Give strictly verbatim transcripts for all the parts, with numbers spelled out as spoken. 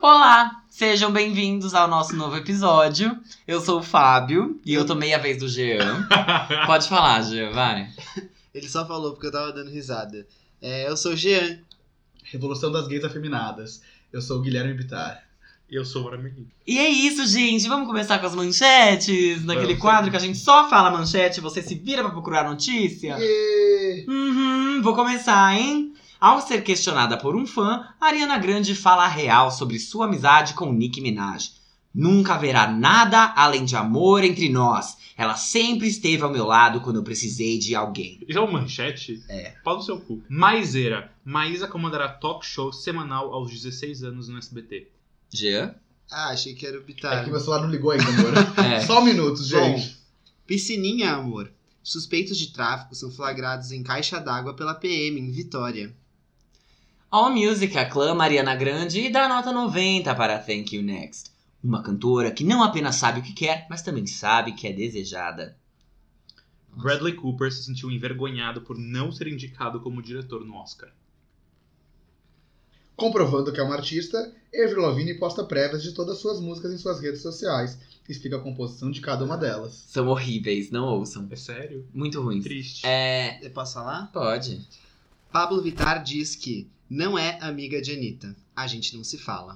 Olá, sejam bem-vindos ao nosso novo episódio. Eu sou o Fábio e eu tomei a vez do Jean. Pode falar, Jean, vai. Ele só falou porque eu tava dando risada. É, eu sou o Jean. Revolução das Gays Afeminadas. Eu sou o Guilherme Bittar. E eu sou o Aramir. E é isso, gente. Vamos começar com as manchetes. Naquele Vamos. quadro que a gente só fala manchete e você se vira pra procurar notícia. Yeah. Uhum, vou começar, hein? Ao ser questionada por um fã, Ariana Grande fala a real sobre sua amizade com Nicki Minaj. Nunca haverá nada além de amor entre nós. Ela sempre esteve ao meu lado quando eu precisei de alguém. Isso é uma manchete? É. Pau no seu cu. Maiseira. Maísa comandará talk show semanal aos dezesseis anos no S B T. Jean? Ah, achei que era o É Bitar. que meu celular não ligou ainda, amor. É. Só minutos, gente. Bom, piscininha, amor. Suspeitos de tráfico são flagrados em caixa d'água pela P M em Vitória. AllMusic aclama Ariana Grande e dá nota noventa para Thank You Next. Uma cantora que não apenas sabe o que quer, mas também sabe que é desejada. Bradley Cooper se sentiu envergonhado por não ser indicado como diretor no Oscar. Comprovando que é uma artista, Avril Lavigne posta prévias de todas as suas músicas em suas redes sociais. Explica a composição de cada uma delas. São horríveis, não ouçam. É sério? Muito ruins. Triste. É... Eu posso falar? Pode. Pablo Vittar diz que não é amiga de Anitta. A gente não se fala.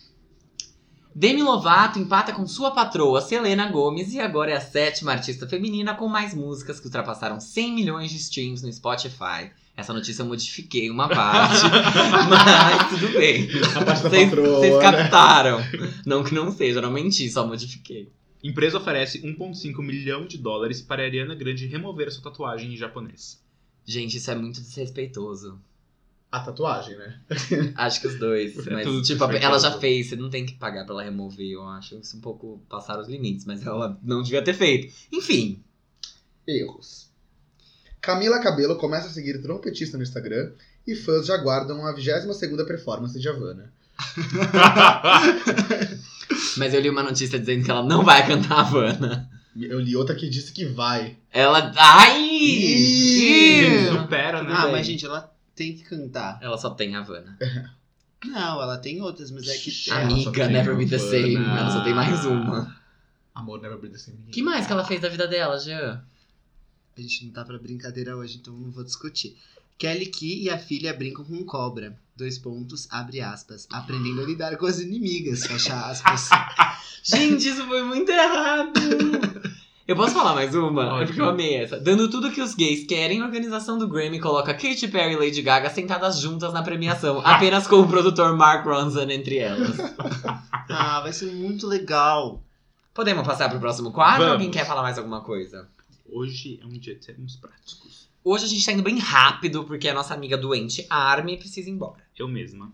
Demi Lovato empata com sua patroa Selena Gomez e agora é a sétima artista feminina com mais músicas que ultrapassaram cem milhões de streams no Spotify. Essa notícia eu modifiquei uma parte, mas tudo bem. A parte da Vocês patroa, vocês né? captaram. Não que não seja, eu não menti, só modifiquei. Empresa oferece um vírgula cinco milhão de dólares para a Ariana Grande remover sua tatuagem em japonês. Gente, isso é muito desrespeitoso. A tatuagem, né? Acho que os dois. É Mas, tudo tipo, ela desrespeitoso. já fez, você não tem que pagar pra ela remover. Eu acho isso um pouco passar os limites, mas ela não devia ter feito. Enfim. Erros. Camila Cabello começa a seguir trompetista no Instagram e fãs já aguardam a vigésima segunda performance de Havana. Mas eu li uma notícia dizendo que ela não vai cantar Havana. Eu li outra que disse que vai. Ela. Ai! Ih! Ih! Supera, né? Ah, bem. mas gente, ela tem que cantar. Ela só tem Havana. Não, ela tem outras, mas é que... Ela só Amiga, tem Never Be The Havana. Same. Ela só tem mais uma. Amor never be the same. Que mais que ela fez da vida dela, Jean? A gente não tá pra brincadeira hoje, então não vou discutir. Kelly Key e a filha brincam com cobra. Dois pontos, abre aspas. Aprendendo a lidar com as inimigas, fecha aspas. Gente, isso foi muito errado. Eu posso falar mais uma? Pode. É porque eu amei essa. Dando tudo que os gays querem, a organização do Grammy coloca Katy Perry e Lady Gaga sentadas juntas na premiação, apenas com o produtor Mark Ronson entre elas. Ah, vai ser muito legal. Podemos passar pro próximo quadro? Vamos. Alguém quer falar mais alguma coisa? Hoje é um dia de termos práticos. Hoje a gente tá indo bem rápido, porque a nossa amiga doente, Army, precisa ir embora. Eu mesma.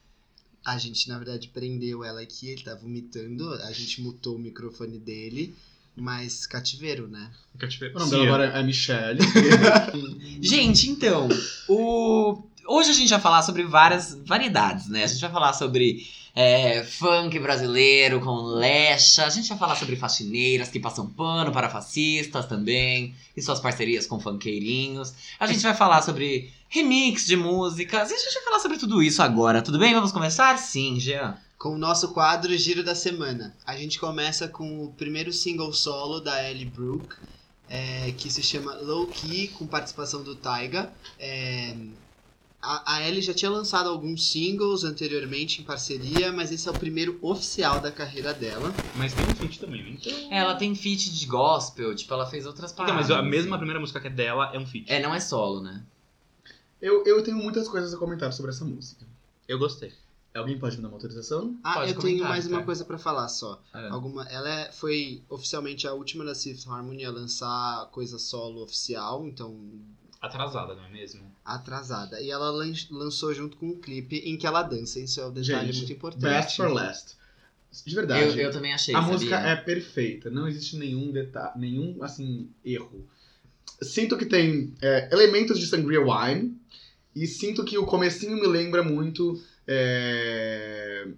A gente, na verdade, prendeu ela aqui, ele tá vomitando. A gente mutou o microfone dele. Mas cativeiro, né? Cativeiro. O nome dela agora é Michelle. Gente, então, o... hoje a gente vai falar sobre várias variedades, né? A gente vai falar sobre é, funk brasileiro com lecha, a gente vai falar sobre faxineiras que passam pano para fascistas também, e suas parcerias com funkeirinhos. A gente vai falar sobre remix de músicas, e a gente vai falar sobre tudo isso agora, tudo bem? Vamos começar? Sim, Jean. Com o nosso quadro Giro da Semana. A gente começa com o primeiro single solo da Ellie Brooke, é, que se chama Low Key, com participação do Tyga. É, a, a Ellie já tinha lançado alguns singles anteriormente em parceria, mas esse é o primeiro oficial da carreira dela. Mas tem um feat também, né? Então... Ela tem feat de gospel, tipo, ela fez outras Então, paradas. mas a mesma assim. primeira música que é dela é um feat. É, não é solo, né? eu, eu tenho muitas coisas a comentar sobre essa música. Eu gostei. Alguém pode me dar uma autorização? Ah, Pode eu tenho comentar, mais uma cara. coisa pra falar só. É. Alguma, ela é- foi oficialmente a última da Fifth Harmony a lançar coisa solo oficial, então Atrasada, não é mesmo? atrasada. E ela lan- lançou junto com um clipe em que ela dança. Isso é um detalhe Gente, muito importante. Best for last. De verdade. Eu, eu também achei, A sabia? música é perfeita, não existe nenhum detalhe, nenhum, assim, erro. Sinto que tem é, elementos de Sangria Wine, e sinto que o comecinho me lembra muito é,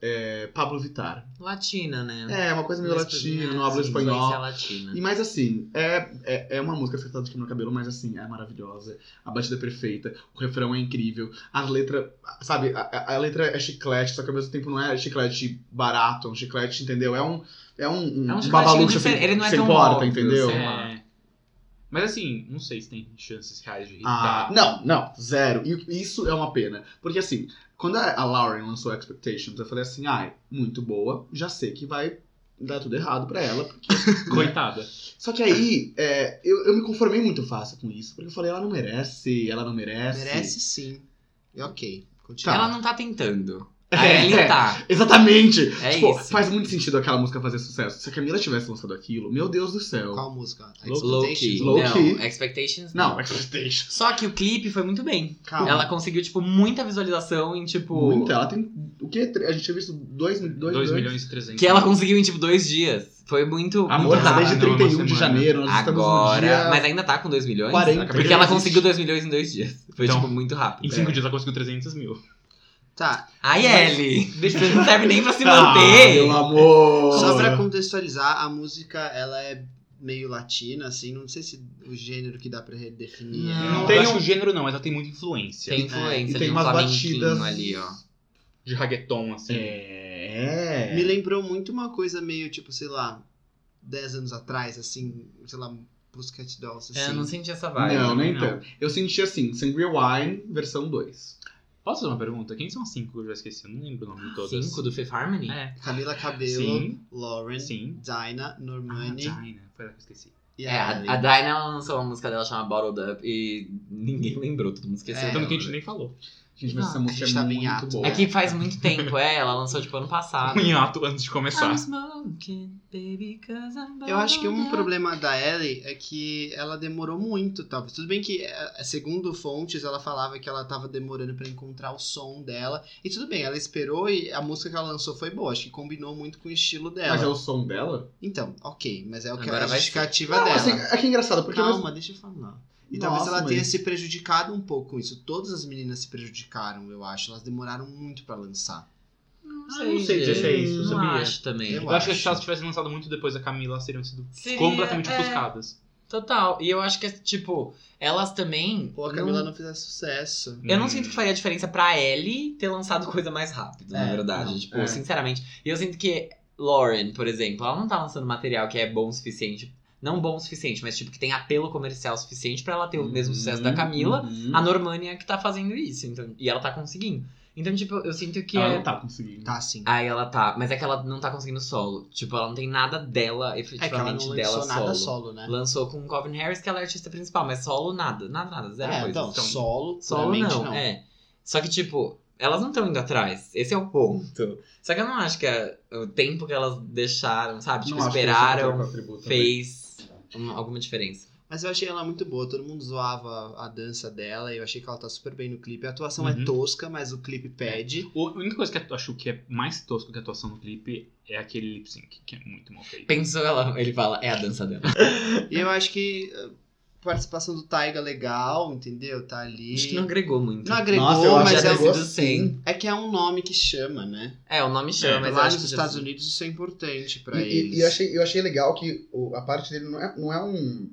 é, Pablo Vittar. Latina, né? É, uma coisa meio latina, no habla Influência espanhol. latina. E mais assim, é, é, é uma música acertada de Camila Cabello, mas assim, é maravilhosa. A batida é perfeita, o refrão é incrível. As letras, sabe, a, a, a letra é chiclete, só que ao mesmo tempo não é chiclete barato, é um chiclete, entendeu? É um, é um, um, É um um chicletinho babalu que você, diferente, ele não é você tão importa, óbvio, entendeu? sei lá. É. Mas assim, não sei se tem chances reais de Ah, irritar. não, não, zero. E isso é uma pena. Porque assim, quando a a Lauren lançou Expectations, eu falei assim, ai, muito boa, já sei que vai dar tudo errado pra ela, porque... Coitada. Só que aí, é, eu, eu me conformei muito fácil com isso, porque eu falei, ela não merece, ela não merece. Merece sim. E ok, continua. Ela não tá tentando. A É, Ellie tá. Exatamente! É Tipo, isso. faz muito sentido aquela música fazer sucesso. Se a Camila tivesse lançado aquilo, meu Deus do céu. Qual música? Low-key. Low Não, key. Expectations Não, Expectations. Só que o clipe foi muito bem. Calma. Ela conseguiu, tipo, muita visualização em, tipo... Muita, ela tem. O quê? A gente tinha visto dois dois milhões e trezentos. Que ela conseguiu em, tipo, dois dias. Foi muito, Amor, muito tá rápido. desde não, trinta e um uma de semana. janeiro, nós estamos no Agora... dia... Mas ainda tá com dois milhões? quarenta, Porque já ela existe. conseguiu dois milhões em dois dias. Foi, Então, tipo, muito rápido. Em cinco É. dias ela conseguiu trezentos mil. Tá, Ai, Ellie, você não serve nem pra se Ah, manter. meu amor! só pra contextualizar, a música, ela é meio latina, assim, não sei se o gênero que dá pra redefinir. Não. é- Não tem tem um- um gênero não, mas ela tem muita influência. Tem E influência tem de um umas flamenquinho batidas... ali, ó. De reggaeton, assim. É... Me lembrou muito uma coisa meio, tipo, sei lá, dez anos atrás, assim, sei lá, Pussycat Dolls, assim. É, eu não senti essa vibe. Não, nem não. tanto. Eu senti assim, Sangria Wine, versão dois. Posso fazer uma pergunta? Quem são as cinco que eu já esqueci? Eu não lembro o nome de todas. Cinco do Fifth Harmony? É. Camila Cabello, Sim. Lauren, Sim. Dinah, Ah, Normani Dinah. Foi ela que eu esqueci. e É, a Ellie. a, a Dinah ela lançou uma música dela chamada Bottled Up e ninguém lembrou, todo mundo esqueceu. É, dela. Tanto que a gente nem falou. Gente, mas essa Ah, música a gente é tava em muito ato. boa. É que faz muito tempo, é, ela lançou tipo ano passado. Em ato antes de começar. I'm smoking, baby, 'cause I'm Eu acho que um bottled up. problema da Ellie é que ela demorou muito, talvez. Tudo bem que, eh, segundo fontes, ela falava que ela tava demorando pra encontrar o som dela. E tudo bem, ela esperou e a música que ela lançou foi boa. Acho que combinou muito com o estilo dela. Mas é o som dela? Então, ok, mas é o que Agora a vai justificativa Não, dela. assim, é que é engraçado, porque... Calma, deixa eu falar. E talvez Nossa, ela tenha mas- se prejudicado um pouco com isso. Todas as meninas se prejudicaram, eu acho. Elas demoraram muito pra lançar. Não Ah, não sei dizer se é isso, não sabia? acho também. Eu Eu acho que acho. se elas tivessem lançado muito depois da Camila, elas teriam sido Seria, completamente é. ofuscadas. Total. E eu acho que, tipo, elas também... Ou a Camila não, fizesse sucesso. Eu não Hum. sinto que faria diferença pra Ellie ter lançado coisa mais rápido, na É, verdade. não, tipo, é. sinceramente. E eu sinto que Lauren, por exemplo, ela não tá lançando material que é bom o suficiente. Não bom o suficiente, mas tipo, que tem apelo comercial suficiente pra ela ter o mesmo sucesso da Camila. Uhum. A Normani é que tá fazendo isso. Então, e ela tá conseguindo. Então, tipo, eu sinto que Ela é... não tá conseguindo. Tá, sim. Aí ela tá, mas é que ela não tá conseguindo solo. Tipo, ela não tem nada dela, É que ela efetivamente, não dela lançou nada solo. solo, né? Lançou com o Calvin Harris, que ela é a artista principal, mas solo nada, nada, nada, zero É, coisa. então, solo, Solo puramente não, é. Só que, tipo, elas não estão indo atrás. Esse é o ponto. Só que eu não acho que é o tempo que elas deixaram, sabe? Tipo, Não acho que esse esperaram, fator com atributo também. fez uma- alguma diferença. Mas eu achei ela muito boa, todo mundo zoava a dança dela e eu achei que ela tá super bem no clipe. A atuação é Uhum. tosca, mas o clipe pede. O- A única coisa que eu acho que é mais tosco que a atuação no clipe é aquele lip sync, que é muito mal feito. Pensou ela, ele fala, é a dança dela. E eu acho que a participação do Taiga legal, entendeu? Tá ali. Acho que não agregou muito. Não agregou, Nossa, eu acho mas que é, já o- agregou sido sem. sim. é que é um nome que chama, né? É, o nome chama, É, mas eu Lá acho nos que Estados já- Unidos isso é importante pra E, eles. e, e eu, achei, eu achei legal que o- a parte dele não é, não é um,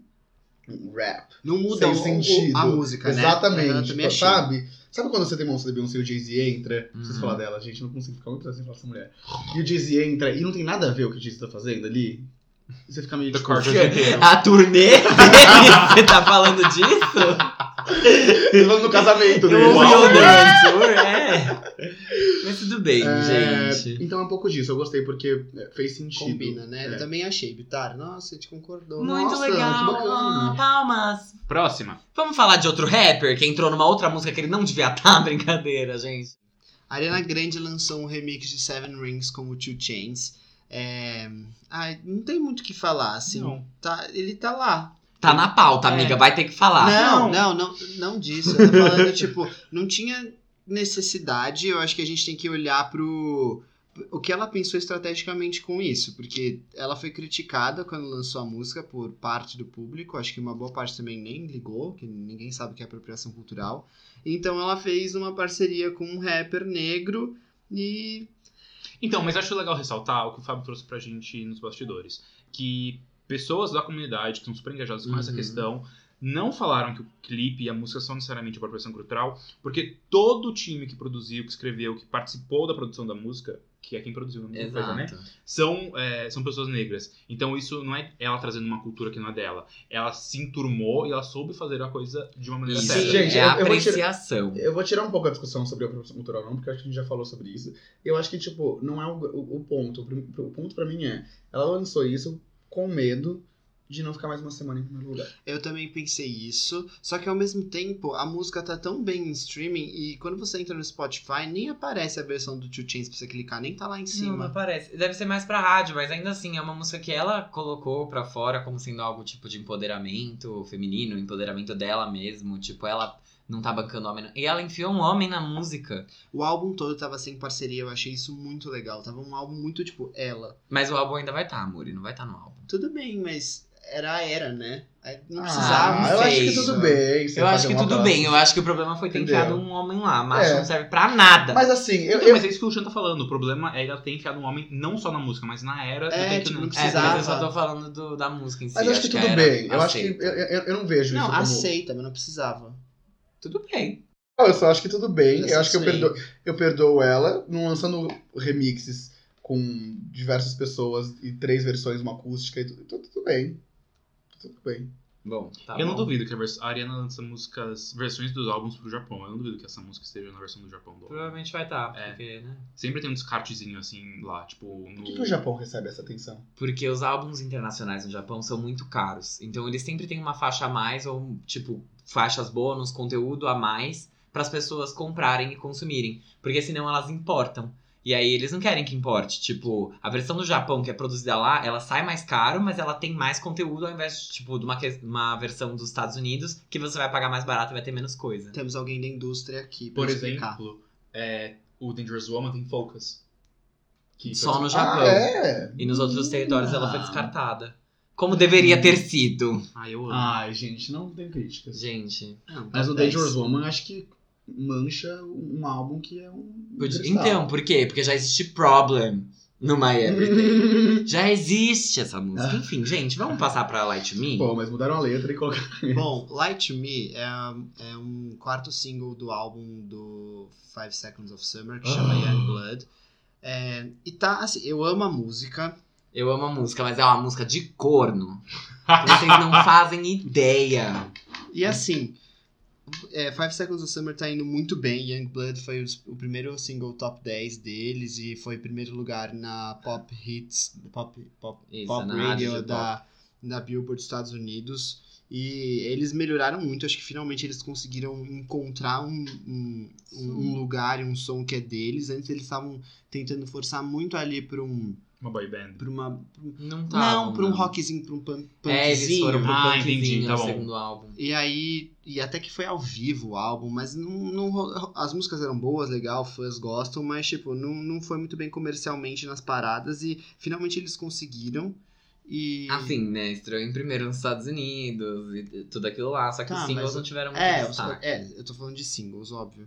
um rap. Não muda sem o, o- sentido. a música, né? Exatamente. Eu também tipo, achei. sabe? Sabe quando você tem uma música da Beyoncé e o Jay-Z entra? Não sei se Uhum. falar dela, gente, não consigo ficar muito assim falar dessa mulher. E o Jay-Z entra e não tem nada a ver o que o Jay-Z tá fazendo ali. E você fica meio The tipo... Carters "Quê?" inteiro. A turnê dele? Você tá falando disso? Eles vão no casamento Eu dele. ouvi Uau. o Grand Tour, é. Mas tudo bem, É, gente. então é um pouco disso, eu gostei porque é, fez sentido. Combina, né? É. Eu também achei, Bitar. Nossa, a gente concordou. Muito Nossa, legal. que bacana. Ah, palmas. Próxima. Vamos falar de outro rapper que entrou numa outra música que ele não devia estar, brincadeira, gente. A Ariana Grande lançou um remix de Seven Rings com o Two Chainz. É... Ai, não tem muito o que falar, assim. Não. Tá, ele tá lá. Tá na pauta, É. amiga, vai ter que falar. Não, não, não, não disso. Eu tô falando, tipo, não tinha necessidade. Eu acho que a gente tem que olhar pro... o que ela pensou estrategicamente com isso. Porque ela foi criticada quando lançou a música por parte do público. Acho que uma boa parte também nem ligou, que ninguém sabe o que é apropriação cultural. Então ela fez uma parceria com um rapper negro e... Então, mas acho legal ressaltar o que o Fábio trouxe pra gente nos bastidores. Que pessoas da comunidade que estão super engajadas com Uhum. essa questão não falaram que o clipe e a música são necessariamente apropriação cultural, porque todo o time que produziu, que escreveu, que participou da produção da música, que é quem produziu, não coisa, né? Exato. São, é, são pessoas negras. Então isso não é ela trazendo uma cultura que não é dela. Ela se enturmou e ela soube fazer a coisa de uma maneira Isso, certa. Gente, é eu- eu vou tirar- apreciação. Eu vou tirar um pouco a discussão sobre a apropriação cultural, não, porque eu acho que a gente já falou sobre isso. Eu acho que, tipo, não é o, o, o ponto. O, prim- o ponto pra mim é, ela lançou isso com medo de não ficar mais uma semana em primeiro lugar. Eu também pensei isso, só que ao mesmo tempo a música tá tão bem em streaming e quando você entra no Spotify nem aparece a versão do Two Chainz pra você clicar, nem tá lá em Não, cima. não aparece. Deve ser mais pra rádio, mas ainda assim é uma música que ela colocou pra fora como sendo algo tipo de empoderamento feminino, empoderamento dela mesmo. Tipo, ela não tá bancando homem. E ela enfiou um homem na música. O álbum todo tava sem parceria, eu achei isso muito legal. Tava um álbum muito tipo ela. Mas o álbum ainda vai estar, tá, Amori, não vai estar tá no álbum. Tudo bem, mas era a era, né? Aí não Ah, precisava. não eu acho sei. que tudo bem. você Eu acho fazer que uma tudo próxima. bem, eu acho que o problema foi ter Entendeu? enfiado um homem lá. Macho É. não serve pra nada. Mas assim, eu, Então, eu- mas é isso que o Xan tá falando. O problema é ela ter enfiado um homem não só na música, mas na era É, do Take tipo, None. não É, precisava. mas eu só tô falando do- da música em si. mas eu acho que tudo era bem. Eu acho que aceito. eu, eu, eu não vejo Não, isso como... aceita, mas não precisava. Tudo bem. Não, eu só acho que tudo bem. Já Eu acho que eu sei. perdoo, eu perdoo ela, não lançando remixes com diversas pessoas e três versões, uma acústica e tudo, tudo, tudo bem. Tudo bem. Bom, tá eu não bom. duvido que a, vers- a Ariana lança músicas, versões dos álbuns pro Japão. Eu não duvido que essa música esteja na versão do Japão. Do álbum. Provavelmente vai estar, É. porque, né? Sempre tem um descartezinho assim lá, tipo. No... Por que, que o Japão recebe essa atenção? Porque os álbuns internacionais no Japão são muito caros. Então eles sempre têm uma faixa a mais, ou tipo, faixas bônus, conteúdo a mais, para as pessoas comprarem e consumirem. Porque senão elas importam. E aí eles não querem que importe. Tipo, a versão do Japão que é produzida lá, ela sai mais caro, mas ela tem mais conteúdo ao invés de, tipo, de uma, que- uma versão dos Estados Unidos, que você vai pagar mais barato e vai ter menos coisa. Temos alguém da indústria aqui pra Por explicar. exemplo, é, o Dangerous Woman tem Focus. Que Só no Ah, Japão. é? E nos outros territórios ela foi Ah. descartada. Como deveria ter sido. Ah, eu amo. Ai, gente, não tenho críticas. Gente. Não, Mas top o dez. Dangerous Woman, acho que mancha um álbum que é um... Podia- cristal. Então, por quê? Porque já existe Problem no My Everyday. Já existe essa música. Enfim, gente, vamos passar pra Light Me? Pô, mas mudaram a letra e colocaram... Bom, Light to Me é, é um quarto single do álbum do Five Seconds of Summer, que chama Ah. Young Blood. É, e tá, assim, eu amo a música. Eu amo a música, mas é uma música de corno. Vocês não fazem ideia. E assim, é, Five Seconds of Summer tá indo muito bem. Young Blood foi os- o primeiro single top dez deles e foi primeiro lugar na Pop Hits, Pop, pop, Isso, pop na rádio Radio de da, da Billboard dos Estados Unidos. E eles melhoraram muito, acho que finalmente eles conseguiram encontrar um, um, um- um lugar e um som que é deles. Antes eles estavam tentando forçar muito ali pra um. Uma boy band. Pra uma, pra um- Não tá. não, pra um rockzinho, pra um punk, É, eles punkzinho. foram pro Ah, punkzinho entendi, tá no bom. segundo álbum. E aí, e até que foi ao vivo o álbum, mas não, não ro- as músicas eram boas, legal, fãs gostam, mas tipo, não, não foi muito bem comercialmente nas paradas e finalmente eles conseguiram. E Assim, né? Estreou em primeiro nos Estados Unidos e tudo aquilo lá. Só que Tá, os singles mas- não tiveram muito é, os- destaque. é, eu tô falando de singles, óbvio.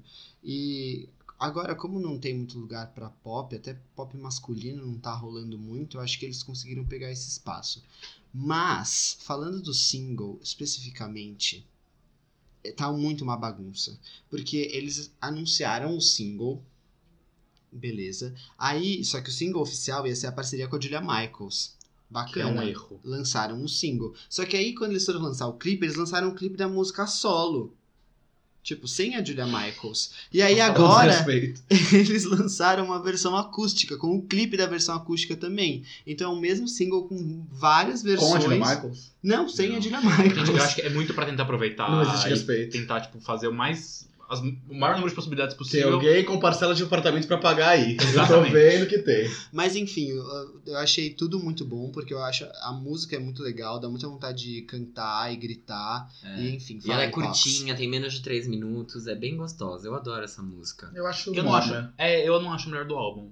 E agora, como não tem muito lugar pra pop, até pop masculino não tá rolando muito, eu acho que eles conseguiram pegar esse espaço. Mas, falando do single especificamente, é, tá muito uma bagunça. Porque eles anunciaram o single, beleza. Aí, só que o single oficial ia ser a parceria com a Julia Michaels. Que é Bacana. um erro. Lançaram um single. Só que aí, quando eles foram lançar o clipe, eles lançaram um clipe da música solo. Tipo, sem a Julia Michaels. E aí Com agora, respeito. eles lançaram uma versão acústica, com o clipe da versão acústica também. Então é o mesmo single com várias versões. Com a Julia Michaels? Não, sem Não. a Julia Gente, Michaels. eu acho que é muito pra tentar aproveitar Não existe e respeito. tentar, tipo, fazer o mais. as- o maior número de possibilidades Tem possível. alguém com parcela de apartamento pra pagar aí. Eu tô Exatamente. vendo que tem. Mas enfim, eu, eu achei tudo muito bom, porque eu acho a música é muito legal, dá muita vontade de cantar e gritar. É. E enfim, E ela é fala aí, Pops. curtinha, tem menos de três minutos, é bem gostosa. Eu adoro essa música. Eu acho Eu não moda. acho. É, eu não acho o melhor do álbum.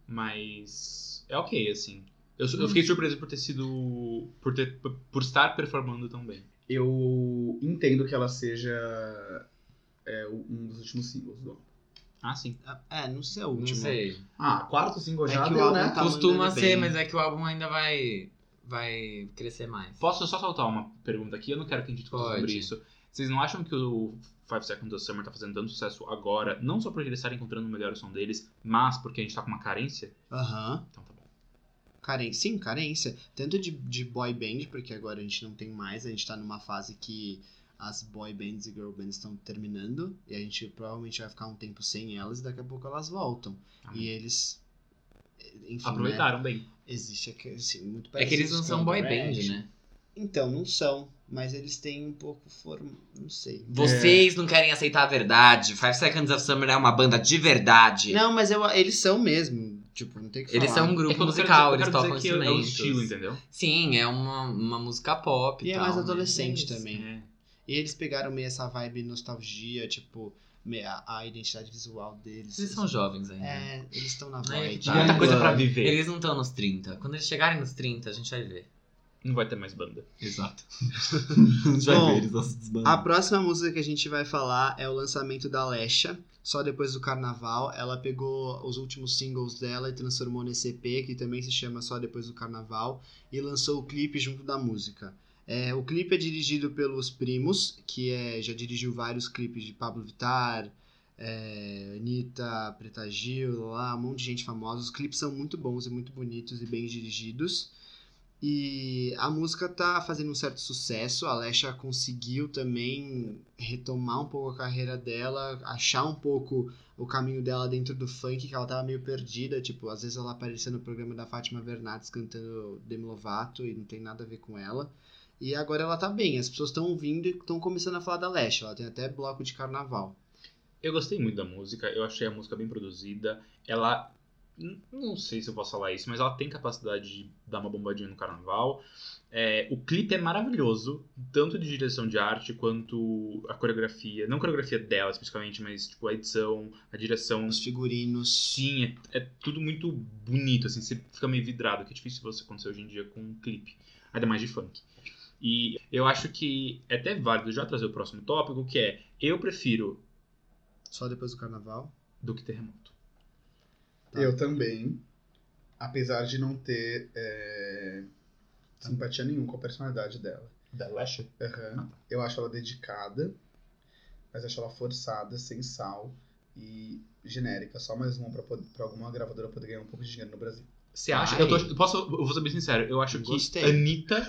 Mas. É ok, assim. Eu, eu fiquei surpreso por ter sido. Por, ter, por estar performando tão bem. Eu entendo que ela seja é, um dos últimos singles do álbum. Ah, sim. É, não sei se é o Não último. sei. Ah, quarto single já É que o deu, álbum né? tá Costuma mandando ser, bem. mas é que o álbum ainda vai, vai crescer mais. Posso só soltar uma pergunta aqui? Eu não quero que a gente discuta Pode. sobre isso. Vocês não acham que o Five Seconds of Summer tá fazendo tanto sucesso agora, não só porque eles estarem encontrando o melhor som deles, mas porque a gente tá com uma carência? Aham. Então tá bom. Carência, sim, carência. Tanto de, de boy band, porque agora a gente não tem mais, a gente tá numa fase que as boy bands e girl bands estão terminando, e a gente provavelmente vai ficar um tempo sem elas, e daqui a pouco elas voltam. Amém. E eles, enfim, Aproveitaram né, bem. existe aqui, assim, muito É que eles não parecidos são com boy One band, Direction. né? Então, não são, mas eles têm um pouco forma, não sei. Vocês não querem aceitar a verdade. Five Seconds of Summer é uma banda de verdade. Não, mas eu, eles são mesmo, tipo, não tem o que Eles falar. são um grupo É que eu quero musical, dizer- eu eles quero tocam dizer que é o instrumentos. estilo, entendeu? Sim, é uma, uma música pop e, E é tal. mais mas adolescente é isso. também. É. E eles pegaram meio essa vibe nostalgia, tipo, me- a, a identidade visual deles. Eles são jovens ainda. É, eles estão na É, void. tá. Muita Young coisa Blood. pra viver. Eles não estão nos trinta. Quando eles chegarem nos trinta, a gente vai ver. Não vai ter mais banda. Exato. Bom, nossa A próxima música que a gente vai falar é o lançamento da Lesha, só depois do carnaval. Ela pegou os últimos singles dela e transformou nesse E P, que também se chama Só Depois do Carnaval, e lançou o clipe junto da música. É, o clipe é dirigido pelos Primos, que é, já dirigiu vários clipes de Pablo Vittar, é, Anitta, Preta Gil, lá, um monte de gente famosa. Os clipes são muito bons e muito bonitos e bem dirigidos. E a música tá fazendo um certo sucesso. A Lesha conseguiu também retomar um pouco a carreira dela, achar um pouco o caminho dela dentro do funk, que ela tava meio perdida. Tipo, às vezes ela aparecia no programa da Fátima Bernardes cantando Demi Lovato e não tem nada a ver com ela. E agora ela tá bem, as pessoas estão ouvindo e estão começando a falar da Lesha. Ela tem até bloco de carnaval. Eu gostei muito da música, eu achei a música bem produzida. Ela, n- não sei se eu posso falar isso, mas ela tem capacidade de dar uma bombadinha no carnaval. É, o clipe é maravilhoso, tanto de direção de arte quanto a coreografia. Não a coreografia dela especificamente, mas tipo, a edição, a direção. Os figurinos. Sim, é, é tudo muito bonito, assim, você fica meio vidrado, que é difícil você acontecer hoje em dia com um clipe, ainda mais de funk. E eu acho que é até válido já trazer o próximo tópico, que é, eu prefiro Só depois do carnaval. do que Terremoto. Tá. Eu também, apesar de não ter é, simpatia nenhuma com a personalidade dela. Da Lesha? Aham. Eu acho ela dedicada, mas acho ela forçada, sem sal e genérica. Só mais uma pra, pod- pra alguma gravadora poder ganhar um pouco de dinheiro no Brasil. Você acha? Ai. Eu, tô, eu posso, eu vou ser bem sincero, eu acho que Gostei. Anitta...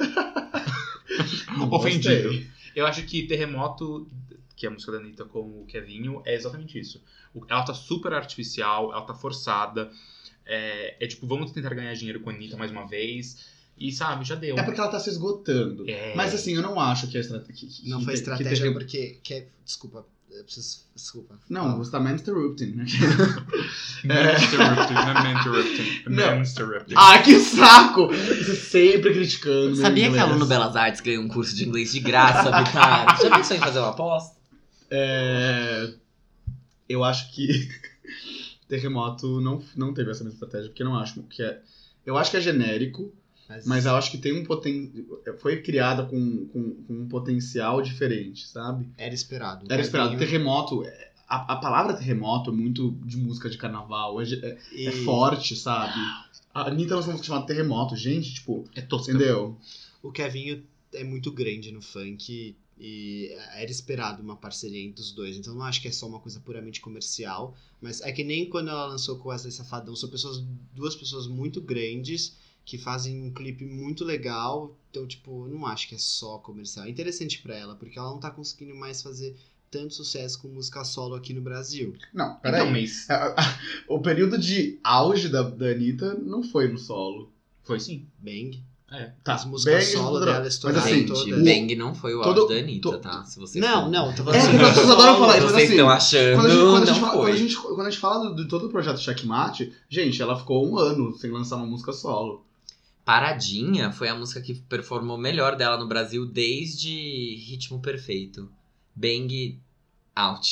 Ofendido. Gostei. Eu acho que Terremoto, que é a música da Anitta com o Kevinho, é exatamente isso. O- Ela tá super artificial, ela tá forçada. É, é tipo, vamos tentar ganhar dinheiro com a Anitta mais uma vez. E sabe, já deu. É porque ela tá se esgotando. É. Mas assim, eu não acho que a estratégia. que- Não que- foi que estratégia terremo- porque... Que, desculpa, eu preciso... Desculpa. Não, você tá mansinterrupting, né? Mansturrupting, não é Manturrupting. É Não. Mansturrupting. Ah, que saco! Você sempre criticando. meu Sabia que inglês. aluno Belas Artes ganha um curso de inglês de graça, Vitar? Já pensou em fazer uma aposta? É... Eu acho que Terremoto não, não teve essa mesma estratégia, porque eu não acho que é. Eu acho que é genérico, mas eu acho que tem um poten... Foi criada com, com, com um potencial diferente, sabe? Era esperado. Era esperado. Kevinho- Terremoto. A, a palavra terremoto é muito de música de carnaval. É, é, e- é forte, sabe? A Anitta lançou uma música chamada Terremoto, gente, tipo, É tosca. entendeu? O Kevinho é muito grande no funk e era esperado uma parceria entre os dois. Então não acho que é só uma coisa puramente comercial. Mas é que nem quando ela lançou com Wesley Safadão, são pessoas, duas pessoas muito grandes que fazem um clipe muito legal. Então, tipo, não acho que é só comercial. É interessante pra ela, porque ela não tá conseguindo mais fazer tanto sucesso com música solo aqui no Brasil. Não, peraí. Então, mas A- a- O período de auge da, da Anitta não foi no solo. foi sim. Bang. É. Tá, As músicas Bang, solo mas dela estouraram assim, Gente, todas. Bang não foi o auge todo- da Anitta, to- tá? Se vocês Não, estão- não, tô É, falando as assim, pessoas adoram falar Se isso, mas vocês assim, estão achando, Quando a, gente, quando, a não gente fala, quando, a foi. gente, quando a gente fala do- de todo o projeto Checkmate, gente, ela ficou um ano sem lançar uma música solo. Paradinha foi a música que performou melhor dela no Brasil desde Ritmo Perfeito. Bang out.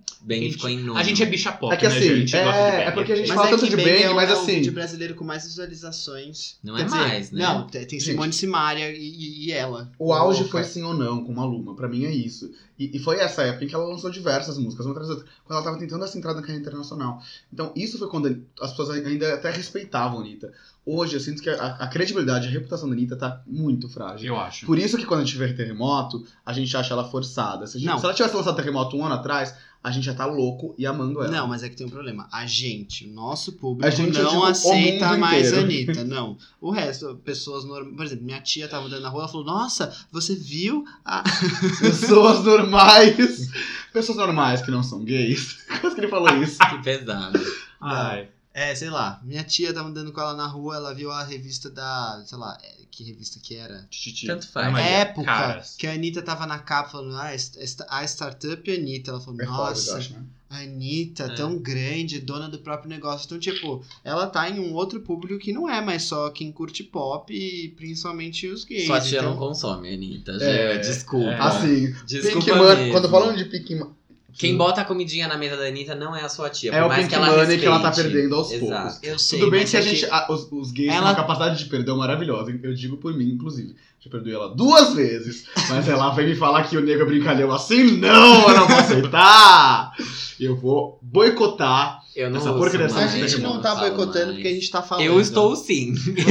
Bang gente- ficou em nono. A gente é bicha pop, É que né, assim, gente? é- Gosta de Bang. é porque a gente Mas fala é tanto que de Bang Bang, é o- mas é o assim- vídeo brasileiro com mais visualizações. Não Quer é dizer, mais, né? Não, tem tem Gente, Simone Simaria e, e ela. O auge Louca. foi sim ou não, com Maluma. Pra mim é isso. E, e foi essa época em que ela lançou diversas músicas, uma atrás da outra, quando ela tava tentando essa entrada na carreira internacional. Então, isso foi quando as pessoas ainda até respeitavam a Anitta. Hoje, eu sinto que a, a credibilidade, a reputação da Anitta tá muito frágil. Eu acho. Por isso que quando a gente vê Terremoto, a gente acha ela forçada. Se, a gente- Não. se ela tivesse lançado Terremoto um ano atrás, a gente já tá louco e amando ela. Não, mas é que tem um problema. A gente, o nosso público, A gente, eu não digo, o aceita mundo mais a inteiro. Anitta. Não. O resto, pessoas normais. Por exemplo, minha tia tava andando na rua, ela falou: Nossa, você viu a. Pessoas normais. Pessoas normais que não são gays. Quase que ele falou isso. Que pesado. Ai. É, sei lá. Minha tia tava andando com ela na rua, ela viu a revista da. Sei lá, é, que revista que era? Titi. Tanto faz. Ana Maria, Época Caras. que a Anitta tava na capa falando, ah, est- est- a startup Anitta. Ela falou, É foda, eu nossa, acho, né? a Anitta, É. tão grande, dona do próprio negócio. Então, tipo, ela tá em um outro público que não é mais só quem curte pop e principalmente os gays. Sua tia então... não consome, Anitta. É, já- desculpa. é. Assim, Desculpa Pink Money, mesmo. quando falam de Pink Money. Quem bota a comidinha na mesa da Anitta não é a sua tia. É por o mais Pink que ela Money respeite. que ela tá perdendo aos Exato. poucos. Eu sei, Tudo bem mas que a é gente. a- os, os gays ela- têm uma capacidade de perdão maravilhosa. Eu digo por mim, inclusive. Já perdoei ela duas vezes. Mas ela vai me falar que o nego é brincalhão assim? Não, eu não vou aceitar! Eu vou boicotar. Eu não Essa ouço porcaria mais, dessa A gente eu não tá falo boicotando mais. porque a gente tá falando. Eu estou sim.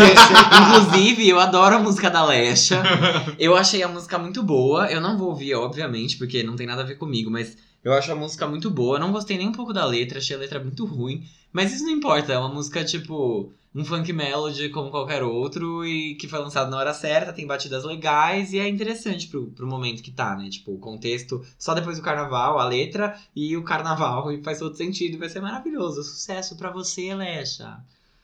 Inclusive, eu adoro a música da Lesha. Eu achei a música muito boa. Eu não vou ouvir, obviamente, porque não tem nada a ver comigo, mas eu acho a música muito boa. Não gostei nem um pouco da letra, achei a letra muito ruim. Mas isso não importa, é uma música tipo um funk melody como qualquer outro e que foi lançado na hora certa, tem batidas legais e é interessante pro, pro momento que tá, né? Tipo, o contexto só depois do carnaval, a letra e o carnaval, e faz todo sentido, vai ser maravilhoso. Sucesso pra você, Lesha.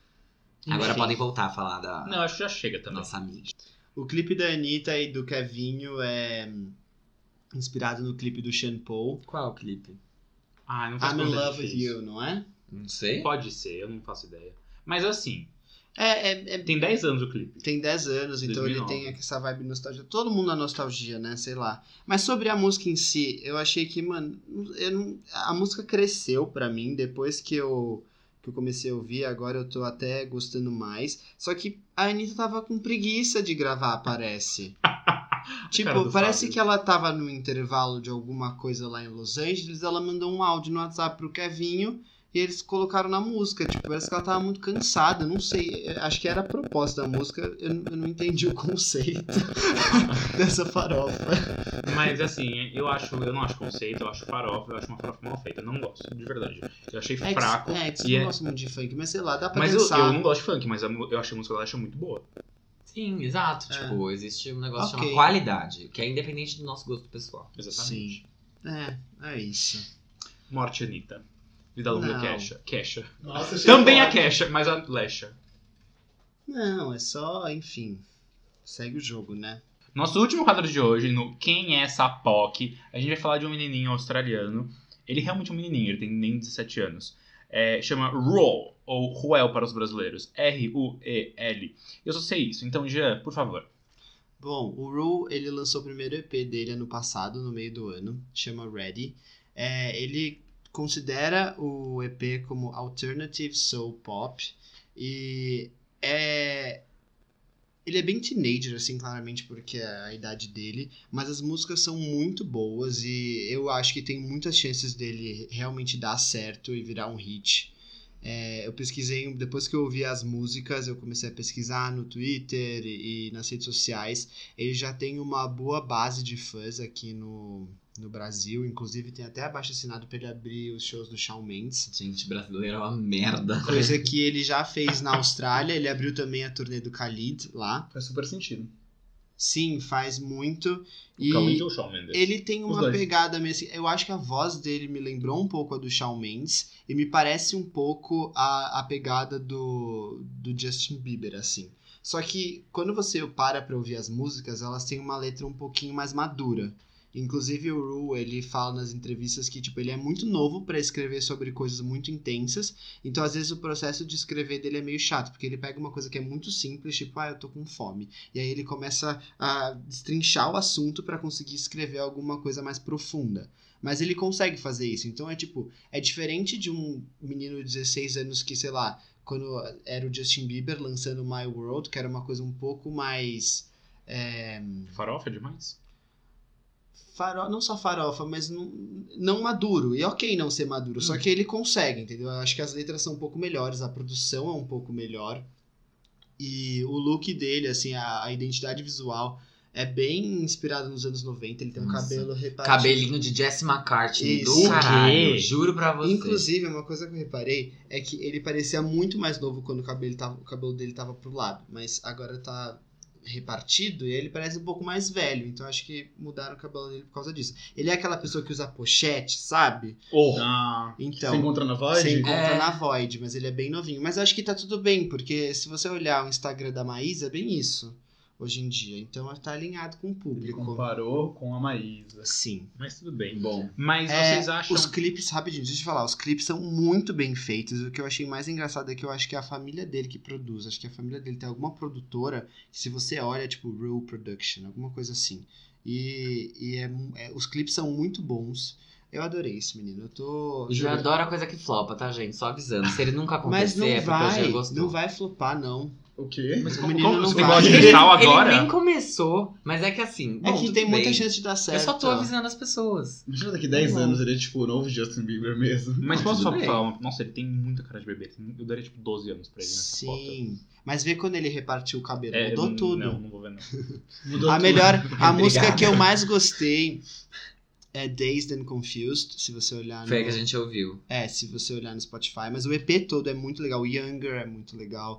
Agora Enfim. podem voltar a falar da Não, acho que já chega também. nossa amiga. O clipe da Anitta e do Kevinho é inspirado no clipe do Sean Paul. Qual o clipe? Ah, não faz I'm in conta love with difícil. you, não é? Não sei. Pode ser, eu não faço ideia. Mas assim, É, é, é- tem dez anos o clipe. tem dez anos, então dois mil e nove. ele tem essa vibe nostalgia. Todo mundo na nostalgia, né? Sei lá. Mas sobre a música em si, eu achei que, mano, eu não, a música cresceu pra mim depois que eu, que eu comecei a ouvir. Agora eu tô até gostando mais. Só que a Anitta tava com preguiça de gravar, parece. Cara Tipo, do parece Fábio. que ela tava no intervalo de alguma coisa lá em Los Angeles. Ela mandou um áudio no WhatsApp pro Kevinho. E eles colocaram na música, tipo, parece que ela tava muito cansada, não sei, é, acho que era a proposta da música, eu, eu não entendi o conceito dessa farofa. Mas assim, eu acho, eu não acho conceito, eu acho farofa, eu acho uma farofa mal feita. Eu não gosto, de verdade. Eu achei É que, fraco. é, que você e não é- gosta muito de funk, mas sei lá, dá pra Mas eu, dançar. eu não gosto de funk, mas a mu- eu achei a música dela muito boa. Sim, exato. É. Tipo, existe um negócio Ok. chamado qualidade, que é independente do nosso gosto pessoal. Exatamente. Sim, é, é isso. Morte Anitta. Vida longa Não. Kesha. Kesha. Nossa, Também a Kesha, mas a Lesha. Não, é só, enfim, segue o jogo, né? Nosso último quadro de hoje, no Quem é essa P O C, a gente vai falar de um menininho australiano. Ele é realmente um menininho, ele tem nem dezessete anos. É, chama Ruel, ou Ruel para os brasileiros. R U E L. Eu só sei isso, então Jean, por favor. Bom, o Ru, ele lançou o primeiro E P dele ano passado, no meio do ano, chama Ready. É, ele considera o E P como Alternative Soul Pop e é... ele é bem teenager, assim, claramente, porque é a idade dele, mas as músicas são muito boas e eu acho que tem muitas chances dele realmente dar certo e virar um hit. É, eu pesquisei, depois que eu ouvi as músicas, eu comecei a pesquisar no Twitter e, e nas redes sociais. Ele já tem uma boa base de fãs aqui no, no Brasil, inclusive tem até abaixo assinado para ele abrir os shows do Shawn Mendes. Gente, brasileiro é uma merda. Coisa que ele já fez na Austrália, ele abriu também a turnê do Khalid lá. Faz super sentido. Sim, faz muito. E Khalid ou Shawn Mendes? ele tem Os uma dois. pegada meio assim, eu acho que a voz dele me lembrou um pouco a do Shawn Mendes e me parece um pouco a, a pegada do, do Justin Bieber, assim. Só que quando você para pra ouvir as músicas, elas têm uma letra um pouquinho mais madura. Inclusive o Ru, ele fala nas entrevistas que tipo, ele é muito novo pra escrever sobre coisas muito intensas, então às vezes o processo de escrever dele é meio chato, porque ele pega uma coisa que é muito simples, tipo, ah, eu tô com fome, e aí ele começa a destrinchar o assunto pra conseguir escrever alguma coisa mais profunda. Mas ele consegue fazer isso, então é tipo, é diferente de um menino de dezesseis anos que, sei lá, quando era o Justin Bieber lançando My World, que era uma coisa um pouco mais... É... Farofa demais? Faro... Não só farofa, mas não, não maduro. E é ok não ser maduro, hum. só que ele consegue, entendeu? Eu acho que as letras são um pouco melhores, a produção é um pouco melhor. E o look dele, assim, a, a identidade visual é bem inspirado nos anos noventa. Ele tem um Nossa. cabelo repartido. Cabelinho de Jesse McCartney Isso. do caralho, juro pra você. Inclusive, uma coisa que eu reparei é que ele parecia muito mais novo quando o cabelo, tava, o cabelo dele tava pro lado. Mas agora tá repartido e ele parece um pouco mais velho. Então acho que mudaram o cabelo dele por causa disso. Ele é aquela pessoa que usa pochete, sabe? Oh. Ah, então, você encontra na Void? Você encontra é. na Void, mas ele é bem novinho. Mas acho que tá tudo bem, porque se você olhar o Instagram da Maísa, é bem isso. Hoje em dia, então tá alinhado com o público. Ele comparou com a Maísa. Sim. Mas tudo bem. Bom. Mas é, vocês acham... Os clipes, rapidinho, deixa eu te falar, os clipes são muito bem feitos. O que eu achei mais engraçado é que eu acho que é a família dele que produz. Acho que a família dele tem alguma produtora que se você olha, tipo, Real Production, alguma coisa assim. E, e é, é, os clipes são muito bons. Eu adorei esse menino. Eu tô... Eu adoro a coisa que flopa, tá, gente? Só avisando. Se ele nunca acontecer, Mas não é porque vai, eu já gostou. não vai flopar, não. O quê? Mas O como, menino como não você vai. gosta de Ele, cristal agora? ele nem começou, mas é que assim... É bom, que tudo tem muita bem. chance de dar certo. Eu só tô avisando as pessoas. Imagina daqui dez Não. anos ele é tipo o novo Justin Bieber mesmo. Mas Não, posso tudo só bem. falar uma... Nossa, ele tem muita cara de bebê. Eu daria tipo doze anos pra ele nessa foto. Sim. Mas vê quando ele repartiu o cabelo. É, Mudou não- tudo. Não, não vou ver não. Mudou A tudo. melhor, a Obrigado. música que eu mais gostei é Dazed and Confused, se você olhar Foi a no... que a gente ouviu. É, se você olhar no Spotify. Mas o E P todo é muito legal. O Younger é muito legal.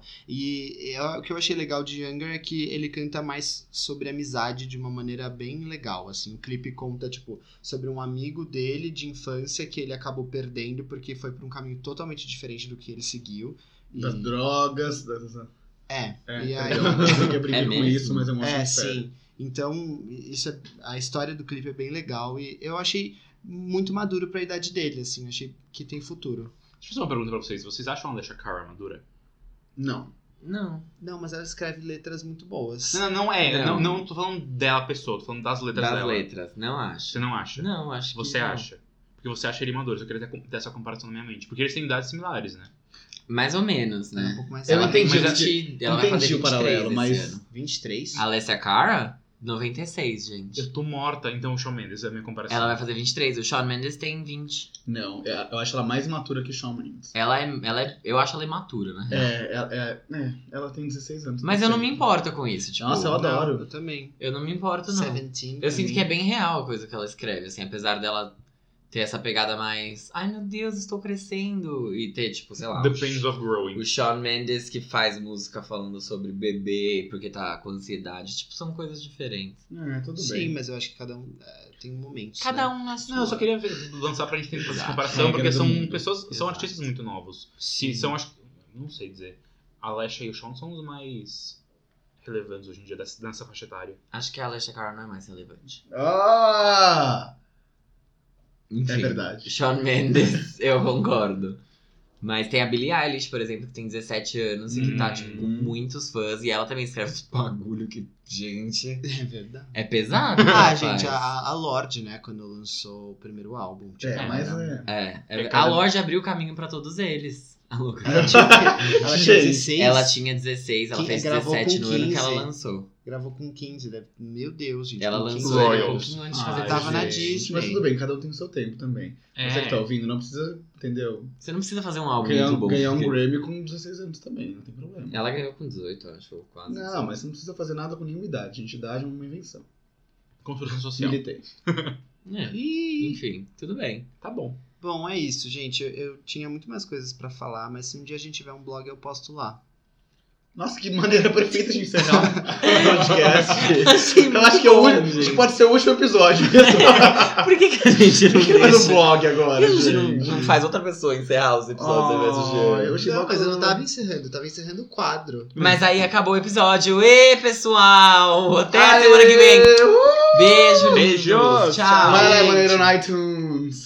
E é, o que eu achei legal de Younger é que ele canta mais sobre amizade de uma maneira bem legal, assim. O clipe conta, tipo, sobre um amigo dele de infância que ele acabou perdendo porque foi pra um caminho totalmente diferente do que ele seguiu. E... Das drogas. Das... É, É, e aí... perdão, eu que brinquei É com mesmo? isso, mas eu mostro É, sério. sim. Então, isso é, a história do clipe é bem legal e eu achei muito maduro pra idade dele, assim, achei que tem futuro. Deixa eu fazer uma pergunta pra vocês. Vocês acham a Alessia Cara madura? Não. Não. Não, mas ela escreve letras muito boas. Não, não é. Não. Não. Não, tô falando dela, pessoa. Tô falando das letras Das dela. letras. Não acho. Você não acha? Não, acho que Você não. acha? Porque você acha ele maduro. Eu queria ter, ter essa comparação na minha mente. Porque eles têm idades similares, né? Mais ou menos, É um né? pouco mais Eu Ela velha. tem entendi, vinte... Ela vai entendi fazer o vinte e três paralelo, esse mas- ano. vinte e três? Alessia Cara, noventa e seis, gente. Eu tô morta, então o Shawn Mendes é a minha comparação. Ela vai fazer vinte e três. O Shawn Mendes tem vinte. Não, é- eu acho ela mais matura que Shawn Mendes. Ela é, ela é... Eu acho ela imatura, né? É, é, é, é, ela tem dezesseis anos. Mas eu não me sei. importo com isso. Tipo, Nossa, eu Não, adoro. eu também. eu não me importo, não. Seventeen. Eu sinto que é bem real a coisa que ela escreve, assim, apesar dela ter essa pegada mais, ai meu Deus, estou crescendo, e ter, tipo, sei lá, The o, Pains of Growing. o Shawn Mendes que faz música falando sobre bebê porque tá com ansiedade, tipo, são coisas diferentes. É, tudo Sim, bem. mas eu acho que cada um é, tem um momento. Cada né? um na sua. Não, eu só queria ver, lançar pra gente ter essa Exato. comparação, É, porque todo são mundo. pessoas, são Exato. artistas muito novos. Que são, acho não sei dizer, a Alessia e o Shawn são os mais relevantes hoje em dia dessa, nessa faixa etária. Acho que a Alessia Cara não é mais relevante. Ah! Enfim, É verdade. Shawn Mendes, eu concordo. Mas tem a Billie Eilish, por exemplo, que tem dezessete anos e que tá, Hum. tipo, com muitos fãs. E ela também escreve esse bagulho que, gente, É verdade. é pesado. o que Ah, ela gente, faz. a, a Lorde, né, quando lançou o primeiro álbum. tipo, É, mas era- é. É, é, É a cada- loja abriu o caminho pra todos eles. A louca. Ela tinha, ela tinha Gente, dezesseis. Ela tinha dezesseis, ela Que- fez gravou dezessete com no ano que quinze. ela lançou. Gravou com quinze, deve... meu Deus, gente. Ela com lançou quinze ele um Royals. pouquinho antes de Ai, fazer tava na dezesseis. Disney. Mas tudo bem, cada um tem o seu tempo também. É. Você que tá ouvindo, não precisa, entendeu? Você não precisa fazer um álbum Ganhar, muito bom. ganhar um porque Grammy com dezesseis anos também, não tem problema. Ela ganhou com dezoito, eu acho, ou quase. Não, mas você não precisa fazer nada com nenhuma idade. Gente, idade é uma invenção. Construção social. Militei. É, Ih, enfim, tudo bem. Tá bom. Bom, é isso, gente. Eu, eu tinha muito mais coisas pra falar, mas se um dia a gente tiver um blog, eu posto lá. Nossa, que maneira perfeita de encerrar o podcast. Achei Eu acho que, é o bom, último, gente. acho que pode ser o último episódio. Por que, que a gente não Por que faz deixa? um blog Por agora, que a gente não, gente? não faz outra pessoa encerrar os episódios ao invés de Oh, Jean? eu achei Não, mas eu não bacana. tava encerrando, eu tava encerrando o quadro. Mas aí acabou o episódio. Ê, pessoal! Até a Aê! semana que vem! Uh! Beijo, Beijo, lindos. tchau. Tchau. Vai lá, gente. maneiro no iTunes.